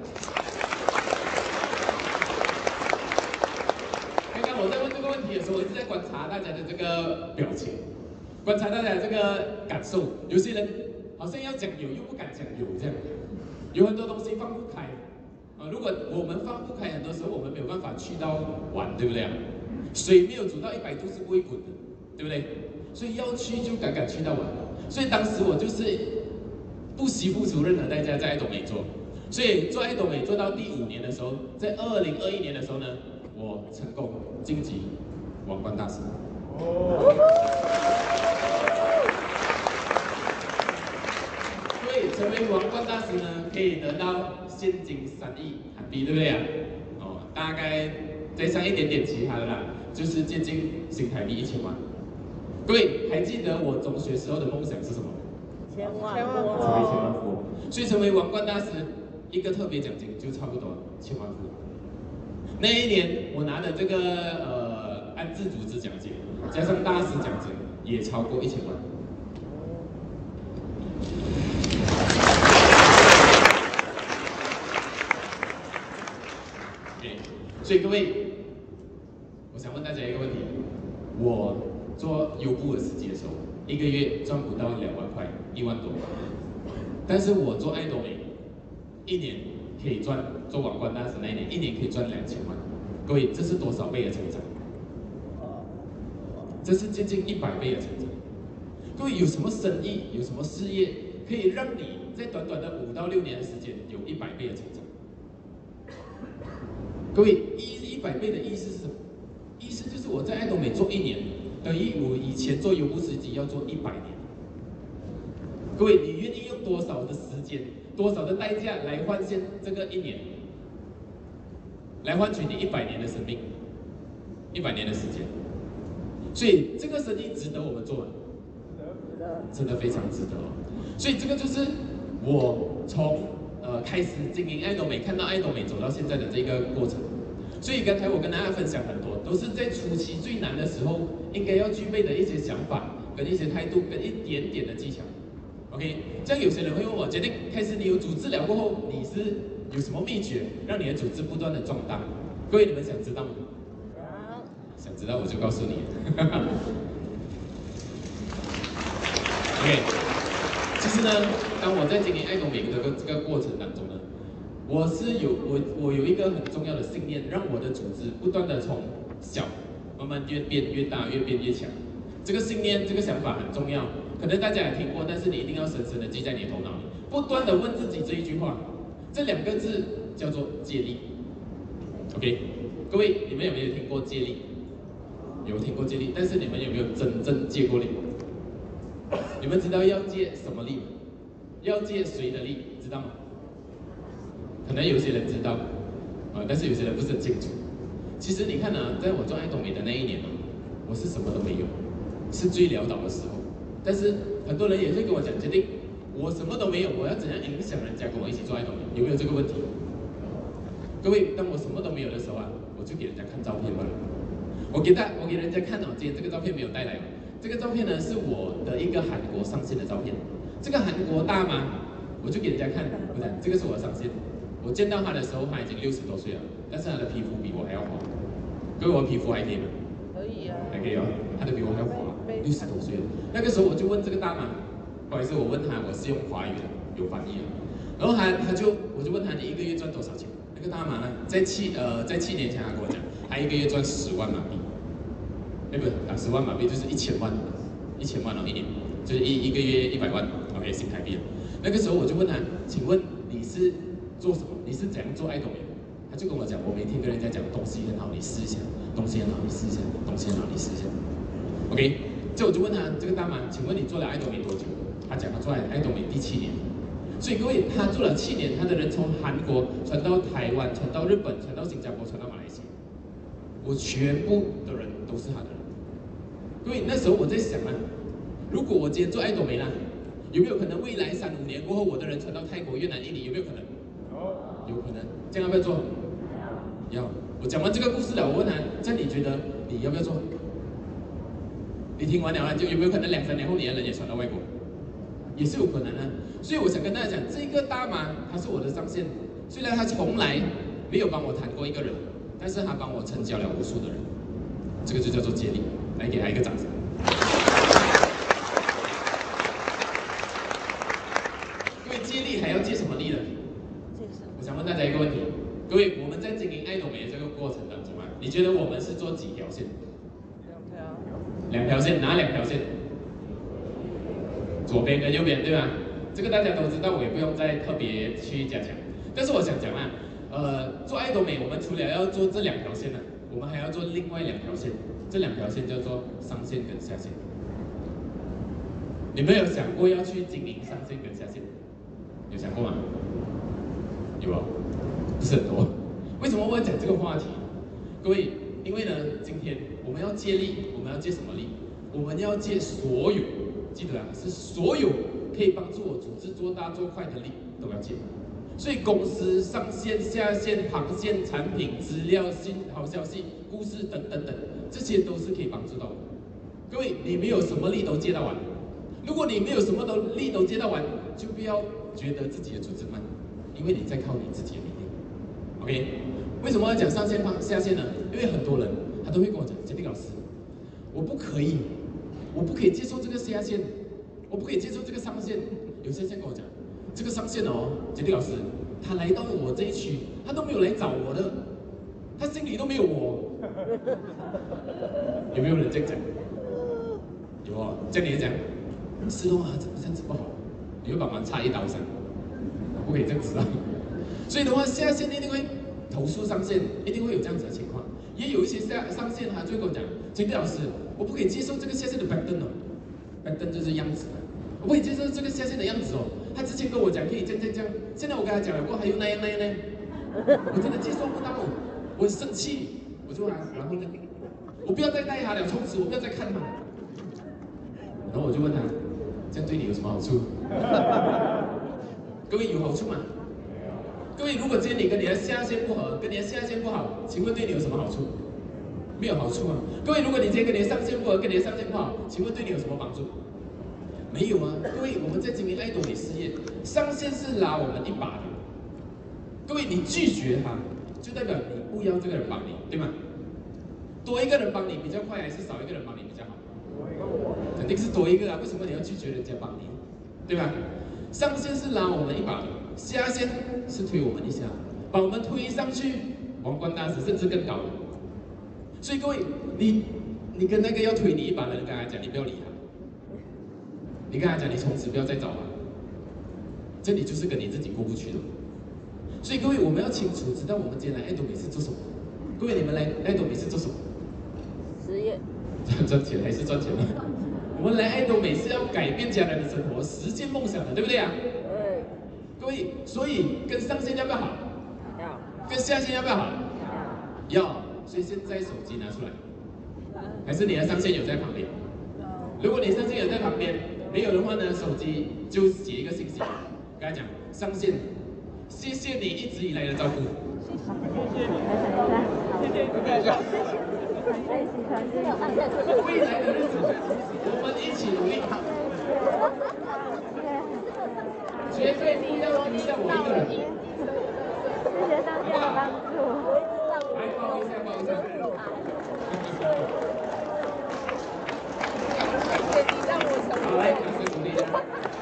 刚刚我在问这个问题的时候，我一直在观察大家的这个表情，观察大家的这个感受。有些人好像要讲有又不敢讲有这样，有很多东西放不开啊。如果我们放不开，很多时候我们没有办法去到碗，对不对啊？水没有煮到一百度是不会滚的，对不对？所以要去就敢敢去到碗。所以当时我就是不惜付出任何代价在爱多美做，所以做爱多美做到第五年的时候，在二零二一年的时候呢，我成功晋级王冠大师。哦。所以成为王冠大师呢，可以得到现金三亿韩币，对不对啊？哦，大概再上一点点其他的啦，就是接近新台币一千万。各位还记得我中学时候的梦想是什么？ 千万富成为千万富翁。所以成为王冠大师，一个特别奖金就差不多千万富翁。那一年我拿的这个呃安置组织奖金，加上大师奖金，也超过一千万。OK， 所以各位，我想问大家一个问题：我做优步的司机的时候，一个月赚不到两万块，一万多。但是我做爱多美，一年可以赚，做王冠大师那一年，一年可以赚两千万。各位，这是多少倍的成长？这是接近一百倍的成长。各位，有什么生意，有什么事业，可以让你在短短的五到六年的时间有一百倍的成长？各位，一一百倍的意思是什么？意思就是我在爱多美做一年，等于我以前做优步司机要做一百年。各位，你愿意用多少的时间、多少的代价来换现这个一年，来换取你一百年的生命、一百年的时间？所以这个生意值得我们做吗？真的非常值得哦。所以这个就是我从呃开始经营爱多美，看到爱多美走到现在的这个过程。所以刚才我跟大家分享很多，都是在初期最难的时候应该要具备的一些想法、跟一些态度、跟一点点的技巧。OK， 这样有些人会问我，决定开始你有组织了过后，你是有什么秘诀让你的组织不断的壮大？各位，你们想知道吗？想知道我就告诉你。OK， 其实呢，当我在经营爱多美的这个这个过程当中呢，我是有我我有一个很重要的信念，让我的组织不断的从小慢慢越变越大，越变越强。这个信念，这个想法很重要，可能大家也听过，但是你一定要深深的记在你的头脑里，不断的问自己这一句话，这两个字叫做借力。OK， 各位，你们有没有听过借力？有听过借力，但是你们有没有真正借过力？你们知道要借什么力吗？要借谁的力？知道吗？可能有些人知道，啊，但是有些人不是很清楚。其实你看啊，在我做爱多美的那一年啊，我是什么都没有，是最潦倒的时候。但是很多人也会跟我讲，决定我什么都没有，我要怎样影响人家跟我一起做爱多美？有没有这个问题？各位，当我什么都没有的时候啊，我就给人家看照片吧。我给大，我给人家看哦，今天这个照片没有带来哦。这个照片呢是我的一个韩国上线的照片。这个韩国大妈，我就给人家看，我讲这个是我的上线。我见到她的时候，她已经六十多岁了，但是她的皮肤比我还要滑。各位，我皮肤还可以吗？ 可以啊。 还可以哦，她的比我还要滑，六十多岁了。那个时候我就问这个大妈，不好意思，我问她，我是用华语的，有翻译的。然后她，她就，我就问她，你一个月赚多少钱？那个大妈呢，在七呃在七年前，她跟我讲，她一个月赚十万马币。哎，不是啊，十万马币就是一千万，一千万哦，一年就是一一个月一百万 ，OK， 新台币了。那个时候我就问他，请问你是做什么？你是怎样做爱多美？他就跟我讲，我每天跟人家讲东西很好，你试一下；东西很好，你试一下；东西很好，你试一下。OK， 这我就问他，这个大妈，请问你做了爱多美多久？他讲他做了爱多美第七年。所以各位，他做了七年，他的人从韩国传到台湾，传到日本，传到新加坡，传到马来西亚，我全部的人都是他的人。各各位那时候我在想啊，如果我今天做爱多美啦，有没有可能未来三五年过后，我的人传到泰国、越南、印尼，有没有可能？有，有可能。这样要不要做？要。我讲完这个故事了，我问他，这样你觉得你要不要做？你听完了啊，就有没有可能两三年后你的人也传到外国？也是有可能的。所以我想跟大家讲，这个大马他是我的上线，虽然他从来没有帮我谈过一个人，但是他帮我成交了无数的人，这个就叫做接力。来给他一个掌声。各位接力还要接什么力呢？我想问大家一个问题，各位，我们在经营爱多美的这个过程当中啊，你觉得我们是做几条线？两条。两条线，哪两条线？左边跟右边，对吧？这个大家都知道，我也不用再特别去加强。但是我想讲啊，呃，做爱多美，我们除了要做这两条线呢、啊，我们还要做另外两条线。这两条线叫做上线跟下线。你们有想过要去经营上线跟下线？有想过吗？有啊，不是很多。为什么我要讲这个话题？各位，因为呢，今天我们要借力，我们要借什么力？我们要借所有，记得啊，是所有可以帮助我组织做大做快的力都要借。所以公司上线、下线、旁线、产品、资料、新好消息、故事等等等，这些都是可以帮助到我。各位，你没有什么力都接到完。如果你没有什么都力都接到完，就不要觉得自己的组织慢，因为你在靠你自己的力量。OK， 为什么要讲上线、旁下线呢？因为很多人他都会跟我讲，杰力老师，我不可以，我不可以接受这个下线，我不可以接受这个上线。有些人跟我讲。这个上线哦，杰力老师，他来到我这一区，他都没有来找我的，他心里都没有我。有没有人这样讲？有啊，这样你也讲，是哦啊，这样子不好，你会帮忙插一刀上，不可以这样子啊。所以的话，下线一定会投诉上线，一定会有这样子的情况。也有一些下上线，他就会跟我讲，杰力老师，我不可以接受这个下线的板凳哦，板凳就是样子，我不可以接受这个下线的样子哦。他之前跟我讲可以这样这样这样，现在我跟他讲了过后还有那样那样呢，我真的接受不到，我很生气，我就啊，然后呢，我不要再带他了，从此我不要再看他。然后我就问他，这样对你有什么好处？各位有好处吗？各位，如果今天你跟你的下线不合，跟你的下线不好，请问对你有什么好处？没有好处啊。各位，如果你今天跟你的上线不合，跟你的上线不好，请问对你有什么帮助？没有啊，各位，我们在经营爱多美事业，上线是拉我们一把的。各位，你拒绝他，就代表你不要这个人帮你，对吗？多一个人帮你比较快，还是少一个人帮你比较好？肯定是多一个啊！为什么你要拒绝人家帮你？对吧？上线是拉我们一把的，下线是推我们一下，把我们推上去王冠大使，甚至更高的。所以各位，你你跟那个要推你一把的人跟他讲，你不要理他。你跟他讲，你从此不要再找他，这里就是跟你自己过不去的。所以各位，我们要清楚知道我们今天来爱多美是做什么。各位，你们来爱多美是做什么？ 实业。 赚钱还是赚钱呢？我们来爱多美是要改变家人的生活，实现梦想的，对不对啊？对。各位，所以跟上线要不要好？要。跟下线要不要好？要。要。所以现在手机拿出来，还是你的上线有在旁边？如果你上线有在旁边。没有的话呢，手机就写一个信息，跟他讲上线，谢谢你一直以来的照顾。谢谢你，谢谢你，谢谢你。未来的日子，我们一起努力。绝对不要丢下我一个人。 谢谢上线的帮助。 来抱一下，抱一下。好，来，掌声鼓励一下。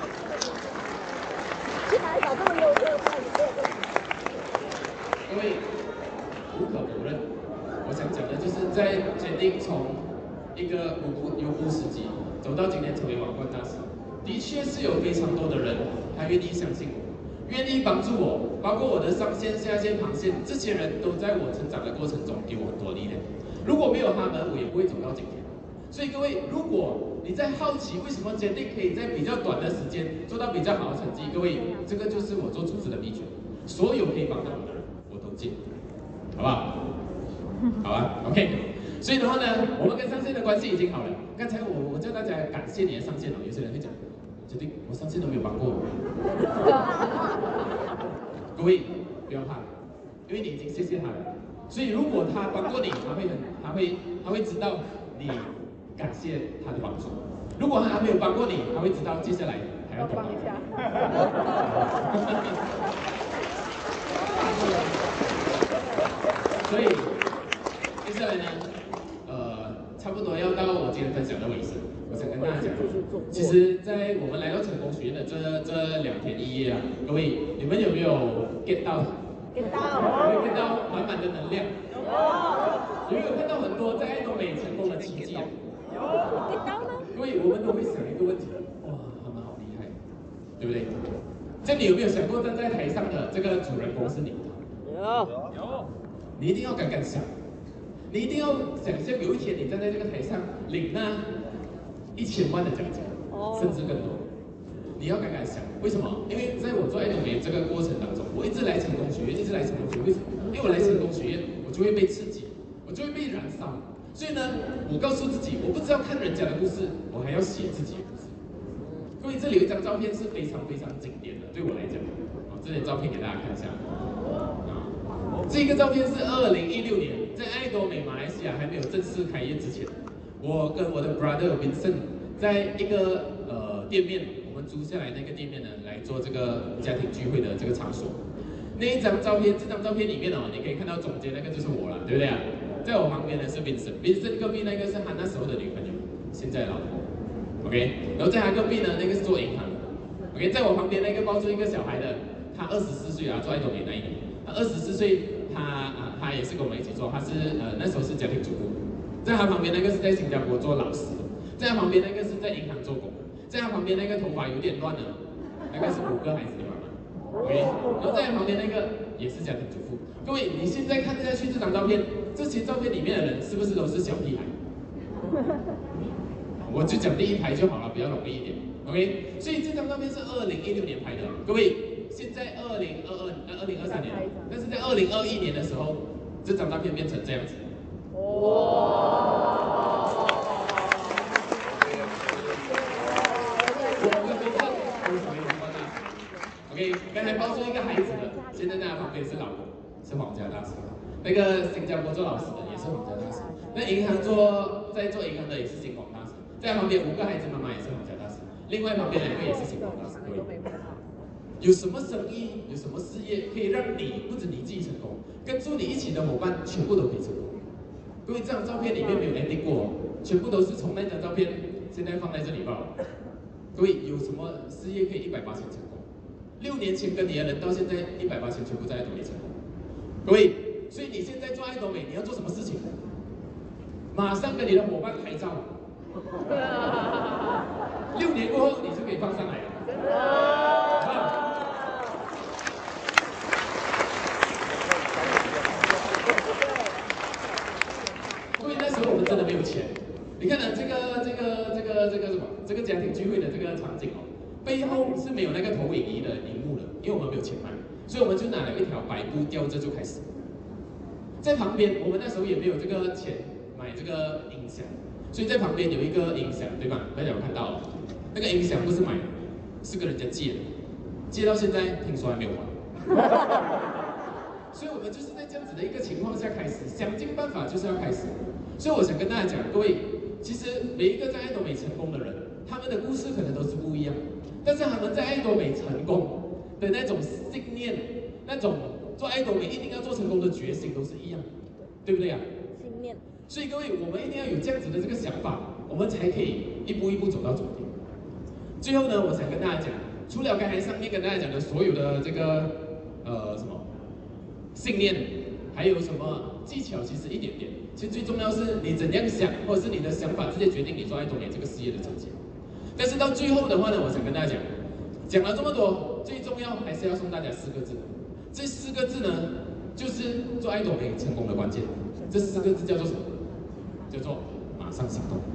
去哪里找这么优秀的朋友？ 各位，无可否认，我想讲的就是在决定从一个无辜优步司机走到今天成为王冠大使，的确是有非常多的人他愿意相信我，愿意帮助我，包括我的上线、下线、旁线，这些人都在我成长的过程中给我很多力量。如果没有他们，我也不会走到今天。所以各位，如果你在好奇为什么坚定可以在比较短的时间做到比较好的成绩，各位，这个就是我做组织的秘诀。所有可以帮到我的人，我都接，好不好？好啊 ，OK。所以的话呢，我们跟上线的关系已经好了。 刚才我我叫大家感谢你的上线哦，有些人会讲，决定我上线都没有帮过我。各位不要怕，因为你已经谢谢他了。所以如果他帮过你，他会很他会他会知道你感谢他的帮助。如果他还没有帮过你，他会知道接下来还要帮一下。所以接下来呢，呃，差不多要到我今天分享的尾声。我想跟大家讲，其实，在我们来到成功学院的这这两天一夜啊，各位，你们有没有 get 到 get 到， 有没有 get 到满满的能量？有，有没有看到很多在爱多美成功的奇迹啊？ 有 get 到吗？ 各位，我们都会想一个问题，哇，他们好厉害，对不对？这你有没有想过，站在台上的这个主人公是你？ 有，有， 你一定要敢敢想，你一定要想象有一天你站在这个台上领那一千万的奖金，甚至更多。你要敢敢想，为什么？因为在我做爱多美这个过程当中，我一直来成功学院，一直来成功学院，为什么？因为我来成功学院，我就会被刺激，我就会被燃烧。所以呢，我告诉自己，我不知道看人家的故事，我还要写自己的故事。各位，这里有一张照片是非常非常经典的，对我来讲，啊，这张照片给大家看一下。啊，这个照片是二零一六年，在爱多美马来西亚还没有正式开业之前。我跟我的 brother Vincent 在一个呃店面，我们租下来那个店面呢，来做这个家庭聚会的这个场所。那一张照片，这张照片里面哦，你可以看到中间那个就是我了，对不对啊？在我旁边的是 Vincent，Vincent 隔壁那个是他那时候的女朋友，现在老婆 ，OK。然后在他隔壁呢，那个是做银行的 ，OK。在我旁边那个抱住一个小孩的，他二十四岁啊，做爱多美那一年，他二十四岁，他啊他也是跟我们一起做，他是呃那时候是家庭主妇。在他旁边那个是在新加坡做老师，在他旁边那个是在银行做工，在他旁边那个头发有点乱的，那个是五个孩子的妈妈 ，OK。然后在他旁边那个也是家庭主妇。各位，你现在看下去这张照片，这些照片里面的人是不是都是小屁孩？我就讲第一排就好了，比较容易一点 ，OK。所以这张照片是二零一六年拍的，各位，现在二零二二呃二零二三年，但是在二零二一年的时候，这张照片变成这样子。哇！我跟别人为什么有这么大 ？OK， 刚才抱出一个孩子的，现在在他旁边是老婆，是皇家大师。那个新加坡做老师的也是皇家大师。那银行做在做银行的也是星光大师。在他旁边五个孩子妈妈也是皇家大师，另外旁边两个也是星光大师。各位，有什么生意，有什么事业可以让你不止你自己成功，跟住你一起的伙伴全部都可以成功？各位，这张照片里面没有 ending 过，全部都是从那张照片现在放在这里罢了。各位，有什么事业可以一百八十成功？六年前跟你的人到现在一百八十全部在爱多美成功。各位，所以你现在做爱多美，你要做什么事情？马上跟你的伙伴拍照。六年过后，你就可以放上来了。好。因为那时候我们真的没有钱，你看呢、啊，这个这个这个这个什么，这个家庭聚会的这个场景哦，背后是没有那个投影仪的荧幕的，因为我们没有钱买，所以我们就拿了一条白布吊着就开始。在旁边，我们那时候也没有这个钱买这个音响，所以在旁边有一个音响，对吧？大家有看到了，那个音响不是买的，是跟人家借的，借到现在听说还没有还。所以我们就是在这样子的一个情况下开始，想尽办法就是要开始。所以我想跟大家讲，各位，其实每一个在爱多美成功的人，他们的故事可能都是不一样，但是他们在爱多美成功的那种信念，那种做爱多美一定要做成功的决心都是一样，对不对啊？ 信念。 所以各位，我们一定要有这样子的这个想法，我们才可以一步一步走到终点。最后呢，我想跟大家讲，除了刚才上面跟大家讲的所有的这个呃什么信念，还有什么技巧，其实一点点。其实最重要是你怎样想，或者是你的想法直接决定你做爱多美这个事业的成绩。但是到最后的话呢，我想跟大家讲，讲了这么多，最重要还是要送大家四个字。这四个字呢，就是做爱多美成功的关键。这四个字叫做什么？叫做马上行动。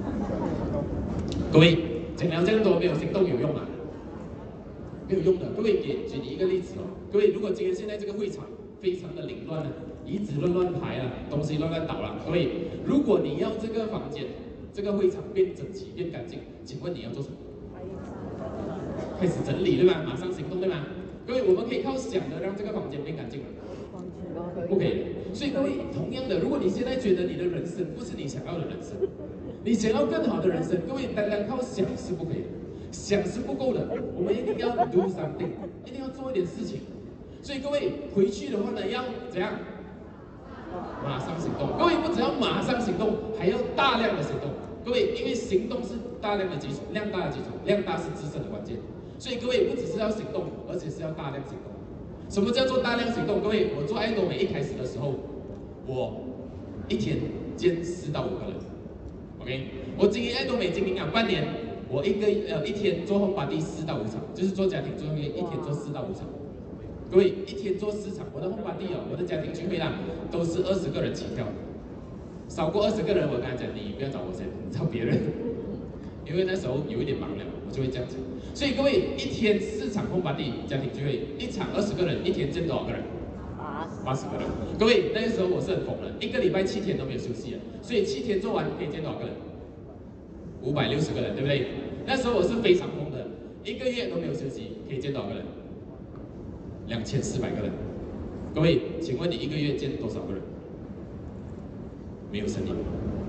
各位，讲了这样多，没有行动有用吗？没有用的。各位，给举你一个例子哦。各位，如果今天现在这个会场非常的凌乱啊，椅子乱乱排啊，东西乱乱倒了。各位，如果你要这个房间这个会场变整齐、变干净，请问你要做什么？开始整理对吧？马上行动对吗？各位，我们可以靠想的让这个房间变干净吗？不可以。所以各位，同样的，如果你现在觉得你的人生不是你想要的人生，你想要更好的人生，各位单单靠想是不可以的，想是不够的，我们一定要 do something， 一定要做一点事情。所以各位回去的话呢，要怎样？马上行动。各位不只要马上行动，还要大量的行动。各位，因为行动是大量的基础，量大的基础，量大是制胜的关键。所以各位不只是要行动，而且是要大量行动。什么叫做大量行动？各位，我做爱多美一开始的时候，我一天见四到五个人。OK， 我经营爱多美经营了半年，我一个呃一天做home party四到五场，就是做家庭聚会一天做四到五场。各位一天做四场，我的home party哦，我的家庭聚会啦，都是二十个人起跳。少过二十个人，我跟他讲，你不要找我先，你找别人，因为那时候有一点忙了，我就会这样子。所以各位，一天四场home party家庭聚会，一场二十个人，一天见多少个人？八十个人。各位，那个时候我是很疯的，一个礼拜七天都没有休息了，所以七天做完可以见多少个人？五百六十个人，对不对？那时候我是非常疯的，一个月都没有休息，可以见多少个人？两千四百个人。各位，请问你一个月见多少个人？没有声音。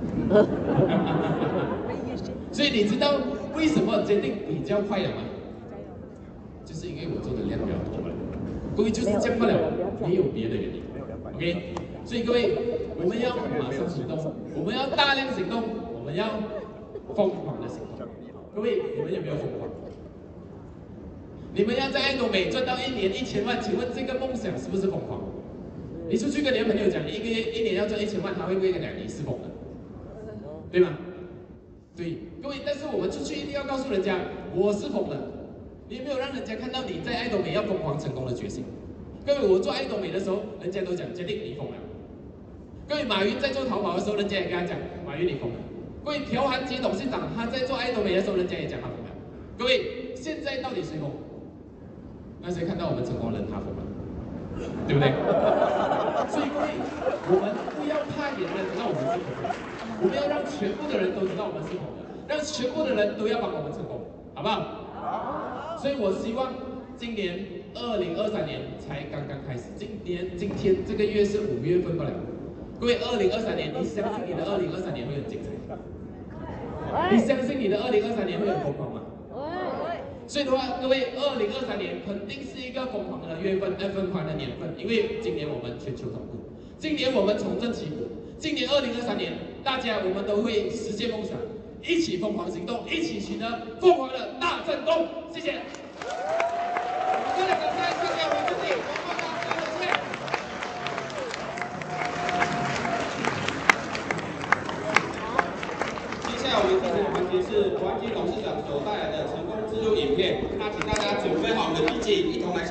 所以你知道为什么决定比较快了吗？就是因为我做的量比较多了。各位就是这样不了，没有别的原因。OK， 所以各位，我们要马上行动，我们要大量行动，我们要疯狂的行动。各位，你们有没有疯狂？你们要在爱多美赚到一年一千万，请问这个梦想是不是疯狂？你出去跟你的朋友讲，你一个月一年要赚一千万，他会不会跟你讲你是疯的？对吗？对，各位，但是我们出去一定要告诉人家，我是疯的。你有没有让人家看到你在爱多美要疯狂成功的决心？各位，我做爱多美的时候，人家都讲决定你疯了。各位，马云在做淘宝的时候，人家也跟他讲，马云你疯了。各位，朴韩杰董事长他在做爱多美的时候，人家也讲他疯了。各位，现在到底谁疯？那谁看到我们成功人他疯了？对不对？所以各位，我们不要怕别人知道我们是疯的，我们要让全部的人都知道我们是疯的，让全部的人都要帮我们成功，好不好？好。所以我希望今年二零二三年才刚刚开始，今年今天这个月是五月份不了。各位，二零二三年，你相信你的二零二三年会很精彩？你相信你的二零二三年会很疯狂吗？所以的话，各位，二零二三年肯定是一个疯狂的月份，疯狂的年份，因为今年我们全球同步，今年我们重振旗鼓，今年二零二三年，大家我们都会实现梦想，一起疯狂行动，一起取得疯狂的大成功。谢谢。各位掌声，谢谢我们自己，疯狂的大成功。 接下来我们进行的环节是黄杰董事长所带来的成功之路影片，那请大家准备好我们的笔记。